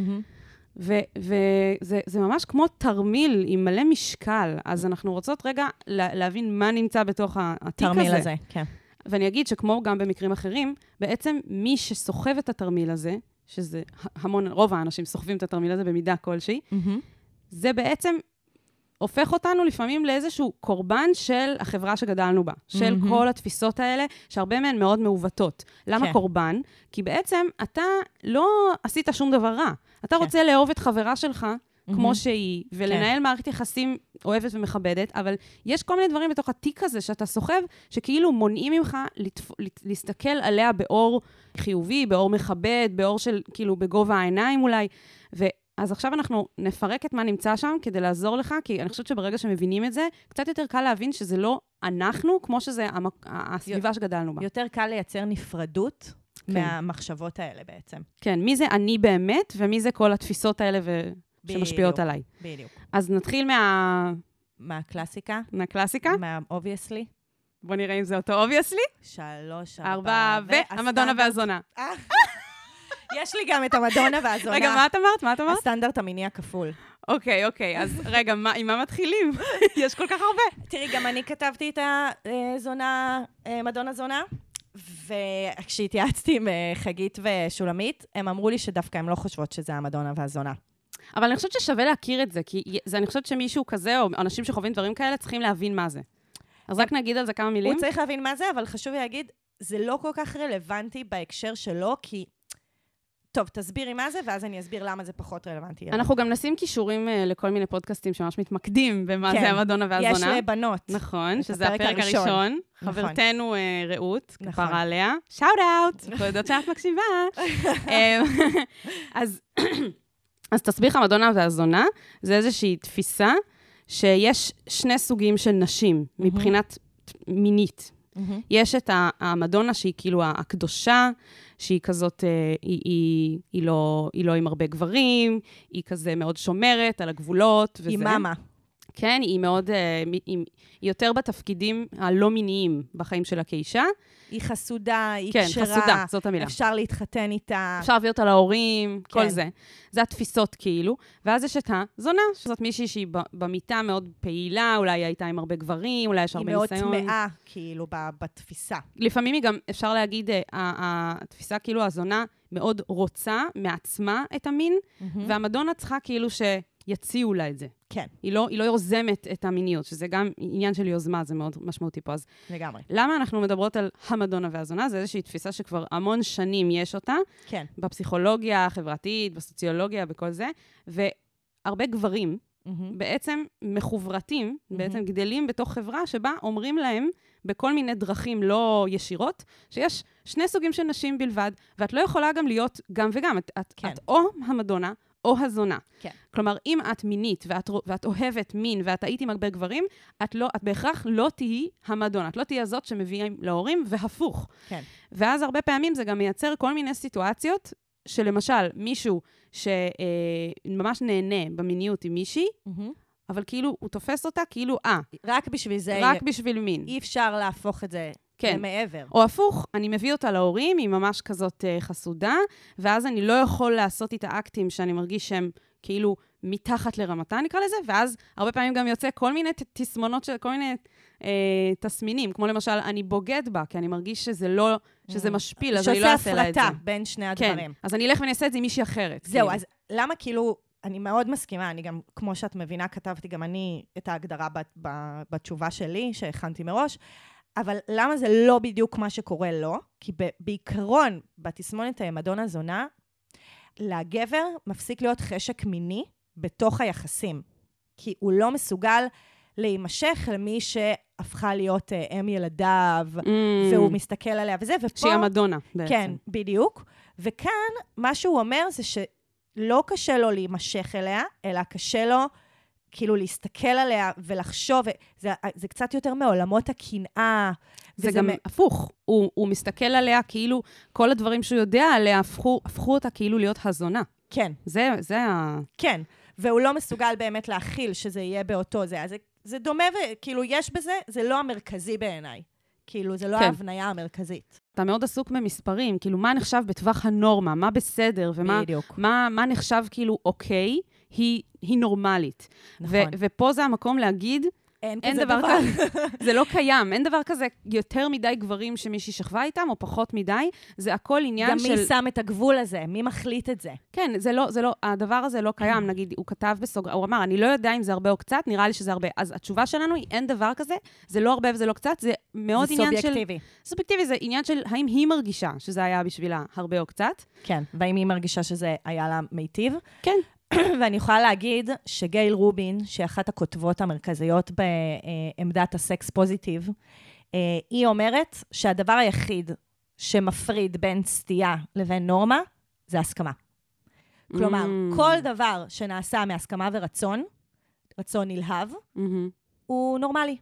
וזה זה ממש כמו תרמיל עם מלא משקל, אז אנחנו רוצות רגע לה, להבין מה נמצא בתוך התיק הזה. תרמיל הזה, כן. ואני אגיד שכמו גם במקרים אחרים, בעצם מי שסוחב את התרמיל הזה, שזה המון, רוב האנשים סוחבים את התרמיל הזה במידה כלשהי, mm-hmm. זה בעצם הופך אותנו לפעמים לאיזשהו קורבן של החברה שגדלנו בה, של mm-hmm. כל התפיסות האלה, שהרבה מהן מאוד מעוותות. למה כן. קורבן? כי בעצם אתה לא עשית שום דבר רע. אתה כן. רוצה לאהוב את חברה שלך, mm-hmm. כמו שהיא, ולנהל כן. מערכת יחסים אוהבת ומכבדת, אבל יש כל מיני דברים בתוך התיק הזה שאתה סוחב, שכאילו מונעים ממך לתפ... להסתכל עליה באור חיובי, באור מכבד, באור של כאילו בגובה העיניים אולי, ו... אז עכשיו אנחנו נפרק את מה נמצא שם כדי לעזור לך, כי אני חושבת שברגע שמבינים את זה, קצת יותר קל להבין שזה לא אנחנו, כמו שזה המק... הסביבה שגדלנו בה. יותר קל לייצר נפרדות כן. מהמחשבות האלה בעצם. כן, מי זה אני באמת, ומי זה כל התפיסות האלה ו... שמשפיעות עליי. בדיוק. אז נתחיל מה... מהקלאסיקה. מהקלאסיקה? מה-obviously. בוא נראה אם זה אותו obviously. שלוש, ארבע, והמדונה והזונה. יש לי גם את המדונה והזונה. רגע, מה את אמרת? מה את אמרת? הסטנדרט המיני הכפול. אוקיי, אוקיי. אז רגע, עם מה מתחילים? יש כל כך הרבה. תראי, גם אני כתבתי את הזונה, מדונה זונה, וכשהתייעצתי עם חגית ושולמית, הם אמרו לי שדווקא הם לא חושבות שזה המדונה והזונה. אבל אני חושבת ששווה להכיר את זה, כי אני חושבת שמישהו כזה, או אנשים שחווים דברים כאלה, צריכים להבין מה זה. אז רק נגיד על זה כמה מילים. הוא צריך להבין מה זה, אבל חשוב להגיד, זה לא כל כך רלוונטי בהקשר שלו, כי... טוב, תסבירי מה זה, ואז אני אסביר למה זה פחות רלוונטי. אנחנו גם נשים קישורים לכל מיני פודקאסטים שממש מתמקדים במה זה המדונה והזונה. יש לבנות. נכון, שזה הפרק הראשון. חברתנו רעות, כפרה עליה. שאוט אאוט! אנחנו יודעות שאת מקשיבה. אז תסביר לך, המדונה והזונה, זה איזושהי תפיסה שיש שני סוגים של נשים, מבחינת מינית. יש את המדונה שהיא כאילו הקדושה, שהיא כזאת, היא, היא, היא, לא, היא לא עם הרבה גברים, היא כזה מאוד שומרת על הגבולות. היא מאמה. כן, היא מאוד, היא, היא יותר בתפקידים הלא מיניים בחיים שלה כאישה. היא חסודה, היא כן, קשרה. כן, חסודה, זאת המילה. אפשר להתחתן איתה. אפשר להביא אותה להורים, כן. כל זה. זה התפיסות כאילו. ואז יש את הזונה, שזאת מישהי שהיא במיטה מאוד פעילה, אולי היא הייתה עם הרבה גברים, אולי יש הרבה ניסיון. היא מאוד טמאה, כאילו, בתפיסה. לפעמים היא גם, אפשר להגיד, התפיסה כאילו הזונה מאוד רוצה מעצמה את המין, mm-hmm. והמדונה צריכה כאילו ש... יציעו לה את זה. כן. היא לא, היא לא יוזמת את המיניות, שזה גם עניין של יוזמה, זה מאוד משמעותי פה. אז לגמרי. למה אנחנו מדברות על המדונה והזונה? זה איזושהי תפיסה שכבר המון שנים יש אותה. כן. בפסיכולוגיה החברתית, בסוציולוגיה, בכל זה. והרבה גברים mm-hmm. בעצם מחוברתים, mm-hmm. בעצם גדלים בתוך חברה שבה אומרים להם, בכל מיני דרכים לא ישירות, שיש שני סוגים של נשים בלבד, ואת לא יכולה גם להיות גם וגם. את, את, כן. את או המדונה, או הזונה. כן. כלומר, אם את מינית ואת, ואת אוהבת מין ואת היית עם הרבה גברים, את, לא, את בהכרח לא תהי המדונה. את לא תהי הזאת שמביאים להורים, והפוך. כן. ואז הרבה פעמים זה גם מייצר כל מיני סיטואציות, שלמשל, מישהו שממש נהנה במיניות עם מישהי, mm-hmm. אבל כאילו הוא תופס אותה, כאילו, אה. רק בשביל זה. רק בשביל מין. אי אפשר להפוך את זה. כן. מעבר. או הפוך, אני מביא אותה להורים, היא ממש כזאת uh, חסודה, ואז אני לא יכול לעשות איתה אקטים שאני מרגיש שהם כאילו מתחת לרמתה, נקרא לזה, ואז הרבה פעמים גם יוצא כל מיני תסמונות, של, כל מיני uh, תסמינים, כמו למשל, אני בוגד בה, כי אני מרגיש שזה לא, שזה משפיל, אז אני לא אעשה לה את זה. שעושה הפרטה בין שני הדברים. כן, אז אני אלך ואני אעשה את זה עם מישהי אחרת. זהו, כאילו. אז למה כאילו, אני מאוד מסכימה, אני גם, כמו שאת מבינה, כתבתי גם אני את ההגדרה ב, ב, בתשובה שלי, שהכנתי מראש, אבל למה זה לא בדיוק מה שקורה לו? כי בעיקרון, בתסמונת המדונה זונה, לגבר מפסיק להיות חשק מיני בתוך היחסים. כי הוא לא מסוגל להימשך למי שהפכה להיות uh, אם ילדיו, mm. והוא מסתכל עליה וזה, ופה... שהיא המדונה בעצם. כן, בדיוק. וכאן, מה שהוא אומר זה שלא קשה לו להימשך אליה, אלא קשה לו... כאילו להסתכל עליה ולחשוב, זה, זה קצת יותר מעולמות הקנאה. זה גם מ... הפוך, הוא, הוא מסתכל עליה כאילו, כל הדברים שהוא יודע עליה, הפכו, הפכו אותה כאילו להיות הזונה. כן. זה, זה ה... כן, והוא לא מסוגל באמת להכיל שזה יהיה באותו זה. אז זה, זה דומה, וכאילו יש בזה, זה לא המרכזי בעיניי. כאילו, זה לא כן. ההבניה המרכזית. אתה מאוד עסוק במספרים, כאילו, מה נחשב בטווח הנורמה, מה בסדר, ומה מה, מה נחשב כאילו אוקיי, היא, היא נורמלית. נכון. ו, ופה זה המקום להגיד, אין, אין דבר כזה. זה לא קיים, אין דבר כזה יותר מדי גברים שמישהי שכבה איתם, או פחות מדי, זה הכל עניין גם של... גם מי שם את הגבול הזה? מי מחליט את זה? כן, זה לא, זה לא, הדבר הזה לא קיים, נגיד, הוא כתב בסוגר, הוא אמר, אני לא יודע אם זה הרבה או קצת, נראה לי שזה הרבה. אז התשובה שלנו היא, אין דבר כזה, זה לא הרבה וזה לא קצת, זה מאוד זה עניין של... סובייקטיבי. סובייקטיבי, זה עניין של האם היא מרגישה שזה היה בשבילה הרבה או קצת. כן, והאם היא מרגישה שזה היה לה מיטיב. כן. ואני יכולה להגיד שגייל רובין, שאחת הכותבות המרכזיות בעמדת הסקס פוזיטיב, היא אומרת שהדבר היחיד שמפריד בין סטייה לבין נורמה, זה הסכמה. כלומר, mm. כל דבר שנעשה מהסכמה ורצון, רצון נלהב, mm-hmm. הוא נורמלי.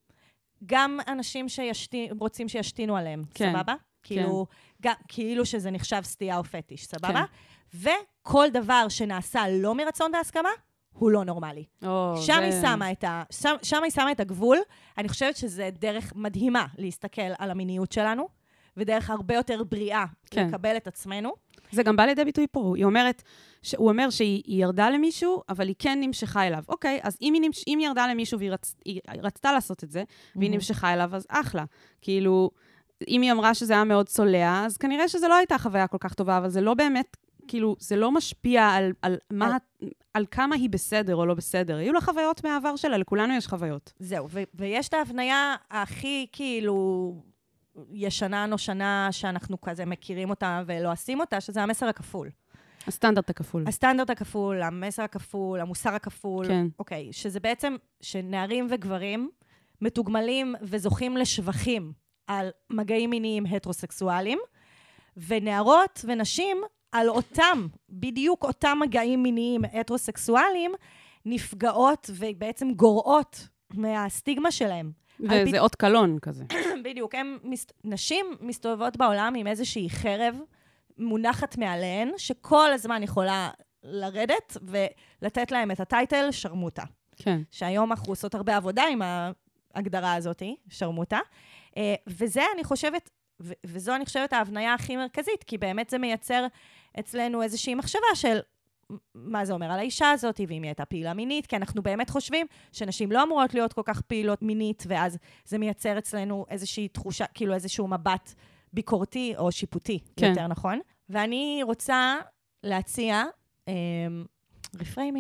גם אנשים שישתי, רוצים שישתינו עליהם, כן. סבבה? כאילו, כן. גם, כאילו שזה נחשב סטייה או פטיש, סבבה? כן. וכל דבר שנעשה לא מרצון בהסכמה, הוא לא נורמלי. Oh, שם, זה... היא שמה את ה... שם, שם היא שמה את הגבול. אני חושבת שזה דרך מדהימה להסתכל על המיניות שלנו, ודרך הרבה יותר בריאה כן. לקבל את עצמנו. זה גם בא לידי ביטוי פה. היא אומרת, הוא אומר שהיא ירדה למישהו, אבל היא כן נמשכה אליו. אוקיי, אז אם היא, נמש... אם היא ירדה למישהו והיא רצ... היא רצתה לעשות את זה, והיא mm-hmm. נמשכה אליו, אז אחלה. כאילו, אם היא אמרה שזה היה מאוד צולע, אז כנראה שזה לא הייתה חוויה כל כך טובה, אבל זה לא באמת, כאילו, זה לא משפיע על, על, מה, על... על כמה היא בסדר או לא בסדר. היו לה חוויות מהעבר שלה, לכולנו יש חוויות. זהו, ו- ויש את ההבניה הכי, כאילו, ישנה נושנה, שאנחנו כזה מכירים אותה ולא עושים אותה, שזה המסר הכפול. הסטנדרט הכפול. הסטנדרט הכפול, המסר הכפול, המוסר הכפול. כן. אוקיי, שזה בעצם שנערים וגברים מתוגמלים וזוכים לשבחים על מגעים מיניים הטרוסקסואליים, ונערות ונשים על אותם, בדיוק אותם מגעים מיניים הטרוסקסואליים, נפגעות ובעצם גורעות מהסטיגמה שלהם. וזה עוד קלון כזה. בדיוק, הם, נשים מסתובבות בעולם עם איזושהי חרב מונחת מעליהן, שכל הזמן יכולה לרדת ולתת להם את הטייטל שרמוטה. כן. שהיום אנחנו עושות הרבה עבודה עם ההגדרה הזאת, שרמוטה. וזה אני חושבת, וזו אני חושבת ההבניה הכי מרכזית, כי באמת זה מייצר אצלנו איזושהי מחשבה של מה זה אומר על האישה הזאת, ואם היא הייתה פעילה מינית, כי אנחנו באמת חושבים שנשים לא אמורות להיות כל כך פעילות מינית, ואז זה מייצר אצלנו איזושהי תחושה, כאילו איזשהו מבט ביקורתי או שיפוטי, כן. יותר נכון. ואני רוצה להציע רפריימינג.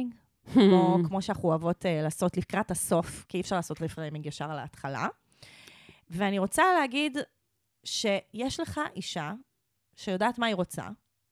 כמו, כמו שאנחנו אוהבות uh, לעשות לקראת הסוף, כי אי אפשר לעשות רפריימינג ישר על ההתחלה. ואני רוצה להגיד שיש לך אישה שיודעת מה היא רוצה,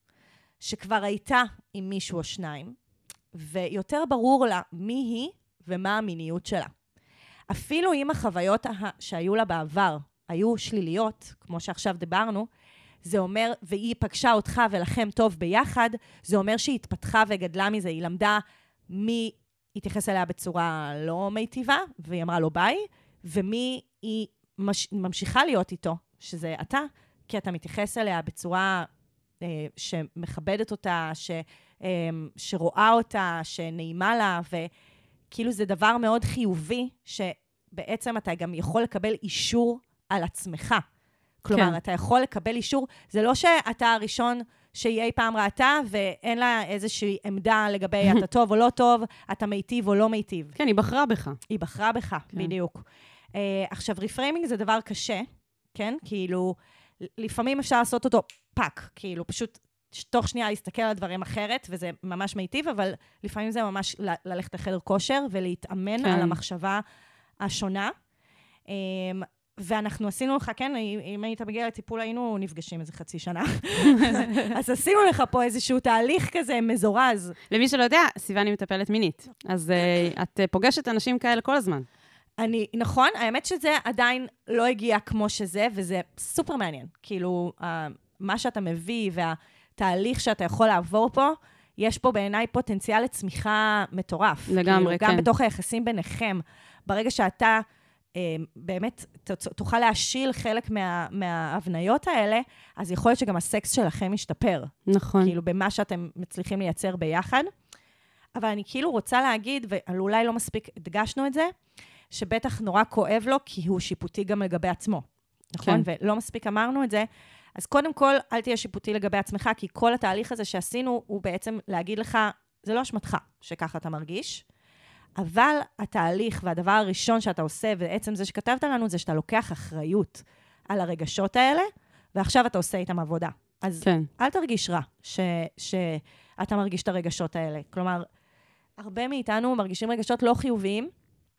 שכבר הייתה עם מישהו או שניים, ויותר ברור לה מי היא ומה המיניות שלה. אפילו אם החוויות שהיו לה בעבר היו שליליות, כמו שעכשיו דיברנו, זה אומר, והיא פגשה אותך ולכם טוב ביחד, זה אומר שהיא התפתחה וגדלה מזה, היא למדה מי התייחס אליה בצורה לא מיטיבה, והיא אמרה לו ביי, ומי היא מש, ממשיכה להיות איתו, שזה אתה, כי אתה מתייחס אליה בצורה אה, שמכבדת אותה, ש, אה, שרואה אותה, שנעימה לה, וכאילו זה דבר מאוד חיובי, שבעצם אתה גם יכול לקבל אישור על עצמך. כלומר, כן. אתה יכול לקבל אישור, זה לא שאתה הראשון שהיא אי פעם ראתה, ואין לה איזושהי עמדה לגבי אתה טוב או לא טוב, אתה מיטיב או לא מיטיב. כן, היא בחרה בך. היא בחרה בך, כן. בדיוק. Uh, עכשיו, ריפריימינג זה דבר קשה, כן? כאילו, לפעמים אפשר לעשות אותו פאק, כאילו, פשוט תוך שנייה להסתכל על דברים אחרת, וזה ממש מיטיב, אבל לפעמים זה ממש ל- ללכת לחדר כושר, ולהתאמן כן. על המחשבה השונה. Um, ואנחנו עשינו לך, כן, אם היית מגיע לטיפול, היינו נפגשים איזה חצי שנה. אז עשינו לך פה איזשהו תהליך כזה מזורז. למי שלא יודע, סיוון היא מטפלת מינית. אז uh, את פוגשת אנשים כאלה כל הזמן. אני, נכון, האמת שזה עדיין לא הגיע כמו שזה, וזה סופר מעניין. כאילו, uh, מה שאתה מביא והתהליך שאתה יכול לעבור פה, יש פה בעיניי פוטנציאל לצמיחה מטורף. לגמרי, כאילו, כן. גם בתוך היחסים ביניכם. ברגע שאתה באמת תוכל להשיל חלק מה, מההבניות האלה, אז יכול להיות שגם הסקס שלכם ישתפר. נכון. כאילו במה שאתם מצליחים לייצר ביחד. אבל אני כאילו רוצה להגיד, ואולי לא מספיק הדגשנו את זה, שבטח נורא כואב לו, כי הוא שיפוטי גם לגבי עצמו. נכון? כן. ולא מספיק אמרנו את זה. אז קודם כל, אל תהיה שיפוטי לגבי עצמך, כי כל התהליך הזה שעשינו, הוא בעצם להגיד לך, זה לא אשמתך שככה אתה מרגיש, אבל התהליך והדבר הראשון שאתה עושה, ובעצם זה שכתבת לנו, זה שאתה לוקח אחריות על הרגשות האלה, ועכשיו אתה עושה איתם עבודה. אז כן. אל תרגיש רע ש, שאתה מרגיש את הרגשות האלה. כלומר, הרבה מאיתנו מרגישים רגשות לא חיוביים,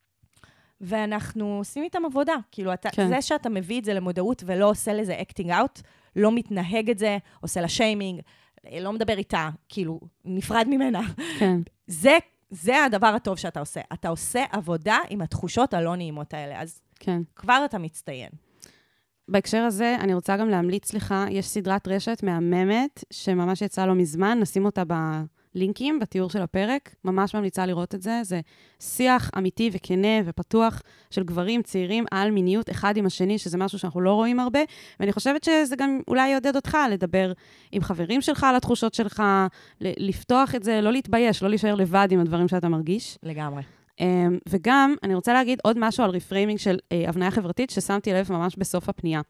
ואנחנו עושים איתם עבודה. כאילו, אתה, כן. זה שאתה מביא את זה למודעות ולא עושה לזה acting out, לא מתנהג את זה, עושה לה שיימינג, לא מדבר איתה, כאילו, נפרד ממנה. כן. זה זה הדבר הטוב שאתה עושה. אתה עושה עבודה עם התחושות הלא נעימות האלה. אז כן. כבר אתה מצטיין. בהקשר הזה, אני רוצה גם להמליץ לך, יש סדרת רשת מהממת, שממש יצאה לא מזמן, נשים אותה בלינקים, בתיאור של הפרק. ממש ממליצה לראות את זה. זה שיח אמיתי וכנה ופתוח של גברים צעירים על מיניות אחד עם השני, שזה משהו שאנחנו לא רואים הרבה. ואני חושבת שזה גם אולי יעודד אותך לדבר עם חברים שלך על התחושות שלך, לפתוח את זה, לא להתבייש, לא להישאר לבד עם הדברים שאתה מרגיש. לגמרי. וגם, אני רוצה להגיד עוד משהו על ריפריימינג של הבניה חברתית, ששמתי לב ממש בסוף הפנייה.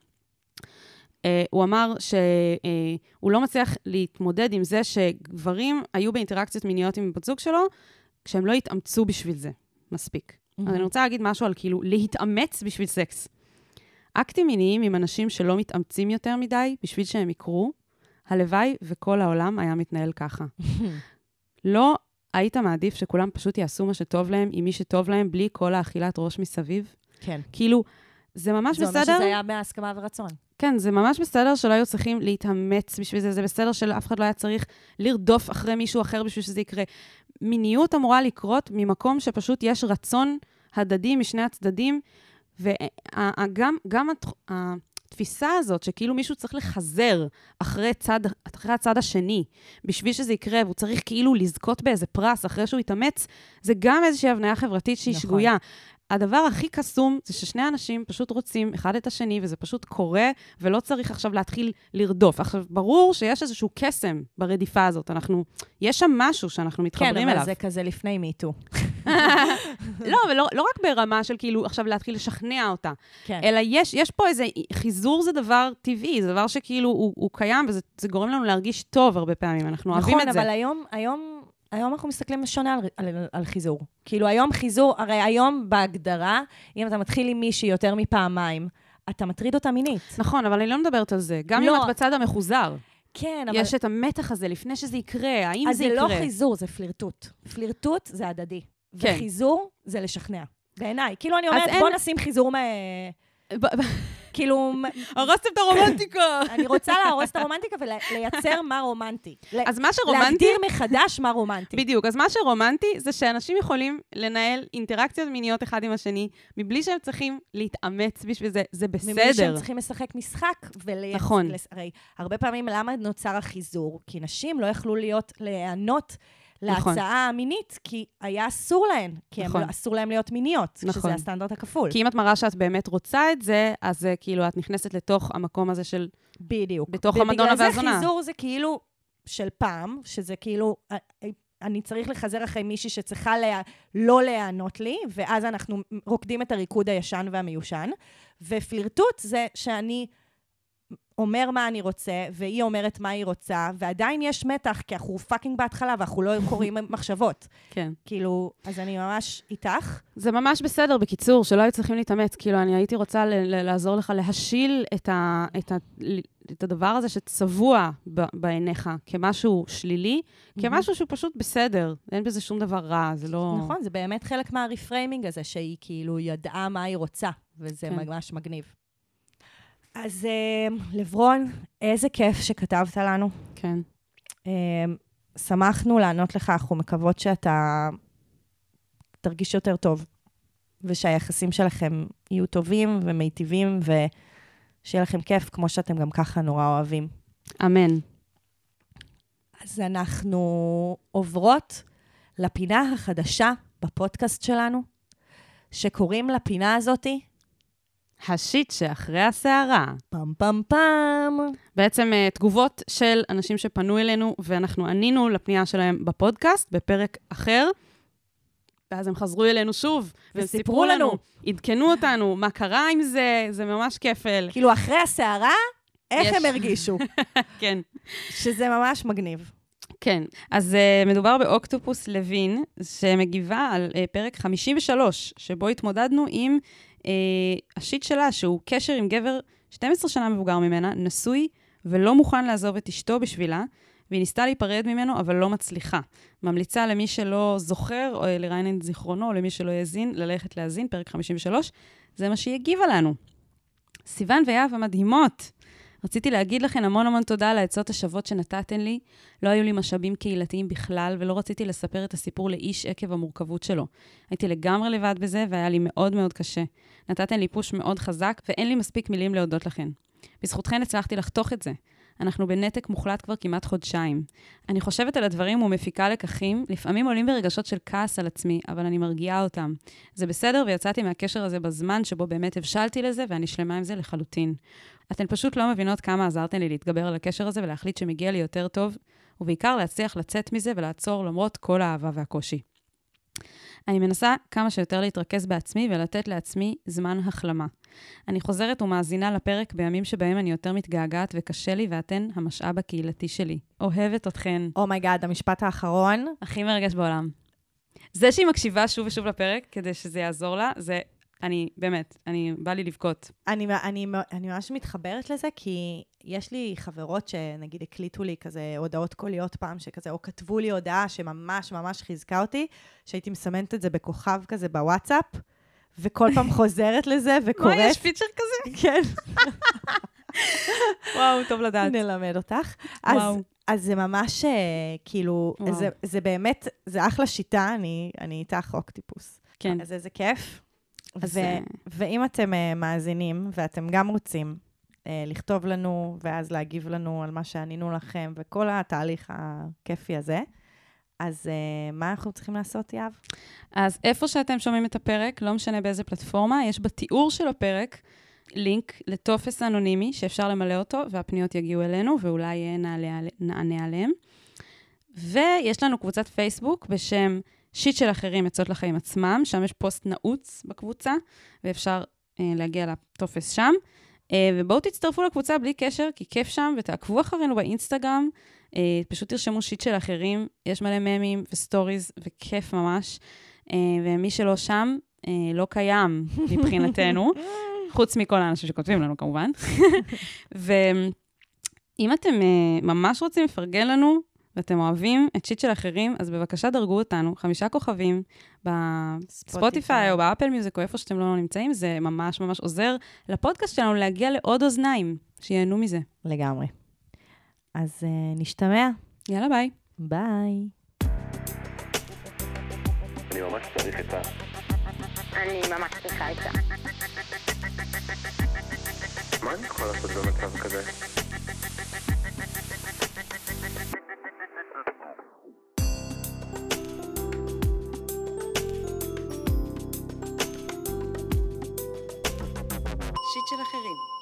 הוא אמר שהוא לא מצליח להתמודד עם זה שגברים היו באינטראקציות מיניות עם בת זוג שלו, כשהם לא התאמצו בשביל זה. מספיק. אז אני רוצה להגיד משהו על כאילו להתאמץ בשביל סקס. אקטים מיניים עם אנשים שלא מתאמצים יותר מדי בשביל שהם יקרו, הלוואי וכל העולם היה מתנהל ככה. לא היית מעדיף שכולם פשוט יעשו מה שטוב להם, עם מי שטוב להם, בלי כל האכילת ראש מסביב? כן. כאילו, זה ממש זה בסדר. זה אומר שזה היה בהסכמה ורצון. כן, זה ממש בסדר שלא היו צריכים להתאמץ בשביל זה, זה בסדר שאף אחד לא היה צריך לרדוף אחרי מישהו אחר בשביל שזה יקרה. מיניות אמורה לקרות ממקום שפשוט יש רצון הדדי משני הצדדים, וגם גם התפיסה הזאת שכאילו מישהו צריך לחזר אחרי, צד, אחרי הצד השני, בשביל שזה יקרה, והוא צריך כאילו לזכות באיזה פרס אחרי שהוא יתאמץ, זה גם איזושהי הבניה חברתית שהיא נכון. שגויה. הדבר הכי קסום זה ששני אנשים פשוט רוצים אחד את השני, וזה פשוט קורה, ולא צריך עכשיו להתחיל לרדוף. עכשיו, ברור שיש איזשהו קסם ברדיפה הזאת. אנחנו, יש שם משהו שאנחנו מתחברים אליו. כן, אבל זה כזה לפני מיטו. לא, ולא לא רק ברמה של כאילו עכשיו להתחיל לשכנע אותה, כן. אלא יש, יש פה איזה, חיזור זה דבר טבעי, זה דבר שכאילו הוא, הוא קיים, וזה זה גורם לנו להרגיש טוב הרבה פעמים, אנחנו נכון, אוהבים את זה. נכון, אבל היום, היום... היום אנחנו מסתכלים שונה על, על, על חיזור. כאילו היום חיזור, הרי היום בהגדרה, אם אתה מתחיל עם מישהי יותר מפעמיים, אתה מטריד אותה מינית. נכון, אבל אני לא מדברת על זה. גם לא. אם את בצד המחוזר. כן, אבל... יש את המתח הזה לפני שזה יקרה, האם זה יקרה? אז זה לא חיזור, זה פלירטוט. פלירטוט זה הדדי. כן. וחיזור זה לשכנע. בעיניי. כאילו אני אומרת, אין... בוא נשים חיזור מה... כאילו... הרסתם את הרומנטיקה! אני רוצה להרוס את הרומנטיקה ולייצר מה רומנטי. אז מה שרומנטי... להגדיר מחדש מה רומנטי. בדיוק, אז מה שרומנטי זה שאנשים יכולים לנהל אינטראקציות מיניות אחד עם השני, מבלי שהם צריכים להתאמץ בשביל זה, זה בסדר. מבלי שהם צריכים לשחק משחק. ולייצ... נכון. הרי הרבה פעמים למה נוצר החיזור? כי נשים לא יכלו להיות, להיענות נכון. להצעה המינית, כי היה אסור להן, כי נכון. הם, אסור להם להיות מיניות, נכון. שזה הסטנדרט הכפול. כי אם את מראה שאת באמת רוצה את זה, אז כאילו את נכנסת לתוך המקום הזה של... בדיוק. בתוך המדונה והזונה. ובגלל זה חיזור זה כאילו של פעם, שזה כאילו, אני צריך לחזר אחרי מישהי שצריכה לה, לא להיענות לי, ואז אנחנו רוקדים את הריקוד הישן והמיושן, ופלירטוט זה שאני... אומר מה אני רוצה, והיא אומרת מה היא רוצה, ועדיין יש מתח, כי אנחנו פאקינג בהתחלה, ואנחנו לא קוראים מחשבות. כן. כאילו, אז אני ממש איתך. זה ממש בסדר, בקיצור, שלא היו צריכים להתאמץ. כאילו, אני הייתי רוצה ל- ל- לעזור לך להשיל את, ה- את, ה- את הדבר הזה שצבוע ב- בעיניך, כמשהו שלילי, כמשהו שהוא פשוט בסדר. אין בזה שום דבר רע, זה לא... נכון, זה באמת חלק מהרפריימינג הזה, שהיא כאילו ידעה מה היא רוצה, וזה כן. ממש מגניב. אז uh, לברון, איזה כיף שכתבת לנו. כן. Uh, שמחנו לענות לך, אנחנו מקוות שאתה תרגיש יותר טוב, ושהיחסים שלכם יהיו טובים ומיטיבים, ושיהיה לכם כיף, כמו שאתם גם ככה נורא אוהבים. אמן. אז אנחנו עוברות לפינה החדשה בפודקאסט שלנו, שקוראים לפינה הזאתי, השיט שאחרי הסערה. פם פם פם. בעצם תגובות של אנשים שפנו אלינו, ואנחנו ענינו לפנייה שלהם בפודקאסט, בפרק אחר, ואז הם חזרו אלינו שוב, וסיפרו לנו, עדכנו אותנו, מה קרה עם זה, זה ממש כיפל. כאילו אחרי הסערה, איך הם הרגישו. כן. שזה ממש מגניב. כן, אז uh, מדובר באוקטופוס לוין, שמגיבה על uh, פרק חמישים ושלוש, שבו התמודדנו עם uh, השיט שלה, שהוא קשר עם גבר שתים עשרה שנה מבוגר ממנה, נשוי ולא מוכן לעזוב את אשתו בשבילה, והיא ניסתה להיפרד ממנו, אבל לא מצליחה. ממליצה למי שלא זוכר, או לראיין את זיכרונו, או למי שלא יזין, ללכת להזין, פרק חמישים ושלוש, זה מה שהיא הגיבה לנו. סיוון ויהב המדהימות. רציתי להגיד לכן המון המון תודה על העצות השוות שנתתן לי. לא היו לי משאבים קהילתיים בכלל, ולא רציתי לספר את הסיפור לאיש עקב המורכבות שלו. הייתי לגמרי לבד בזה, והיה לי מאוד מאוד קשה. נתתן לי פוש מאוד חזק, ואין לי מספיק מילים להודות לכן. בזכותכן הצלחתי לחתוך את זה. אנחנו בנתק מוחלט כבר כמעט חודשיים. אני חושבת על הדברים ומפיקה לקחים, לפעמים עולים ברגשות של כעס על עצמי, אבל אני מרגיעה אותם. זה בסדר, ויצאתי מהקשר הזה בזמן שבו באמת הבשלתי לזה, ואני שלמה עם זה לחלוטין. אתן פשוט לא מבינות כמה עזרתן לי להתגבר על הקשר הזה, ולהחליט שמגיע לי יותר טוב, ובעיקר להצליח לצאת מזה ולעצור למרות כל האהבה והקושי. אני מנסה כמה שיותר להתרכז בעצמי ולתת לעצמי זמן החלמה. אני חוזרת ומאזינה לפרק בימים שבהם אני יותר מתגעגעת וקשה לי, ואתן המשאב הקהילתי שלי. אוהבת אתכן. אומייגאד, המשפט האחרון. הכי מרגש בעולם. זה שהיא מקשיבה שוב ושוב לפרק, כדי שזה יעזור לה, זה, אני, באמת, אני, בא לי לבכות. אני, אני, אני ממש מתחברת לזה, כי יש לי חברות שנגיד הקליטו לי כזה הודעות קוליות פעם, שכזה, או כתבו לי הודעה שממש ממש חיזקה אותי, שהייתי מסמנת את זה בכוכב כזה בוואטסאפ, וכל פעם חוזרת לזה וקוראת. מה, יש פיצ'ר כזה? כן. וואו, טוב לדעת. נלמד אותך. וואו. אז, אז זה ממש, כאילו, זה, זה באמת, זה אחלה שיטה, אני, אני איתך אוקטיפוס. כן. אז איזה כיף. אז ו- ואם אתם uh, מאזינים, ואתם גם רוצים uh, לכתוב לנו, ואז להגיב לנו על מה שענינו לכם, וכל התהליך הכיפי הזה, אז uh, מה אנחנו צריכים לעשות, יאב? אז איפה שאתם שומעים את הפרק, לא משנה באיזה פלטפורמה, יש בתיאור של הפרק לינק לטופס אנונימי, שאפשר למלא אותו, והפניות יגיעו אלינו, ואולי נעלה, נענה עליהם. ויש לנו קבוצת פייסבוק בשם שיט של אחרים יוצאות לחיים עצמם, שם יש פוסט נעוץ בקבוצה, ואפשר אה, להגיע לטופס שם. אה, ובואו תצטרפו לקבוצה בלי קשר, כי כיף שם, ותעקבו אחרינו באינסטגרם, אה, פשוט תרשמו שיט של אחרים, יש מלא ממים וסטוריז, וכיף ממש. אה, ומי שלא שם, אה, לא קיים מבחינתנו, חוץ מכל האנשים שכותבים לנו כמובן. ו... אם אתם uh, ממש רוצים לפרגן לנו, ואתם אוהבים את שיט של אחרים, אז בבקשה דרגו אותנו, חמישה כוכבים, בספוטיפיי או באפל מיוזיק, או איפה שאתם לא נמצאים, זה ממש ממש עוזר לפודקאסט שלנו להגיע לעוד אוזניים, שיהנו מזה. לגמרי. אז uh, נשתמע. יאללה, ביי. ביי. אני ממש צריך את ה... אני ממש צריכה את זה. מה אני יכול לעשות במצב כזה? שיט של אחרים.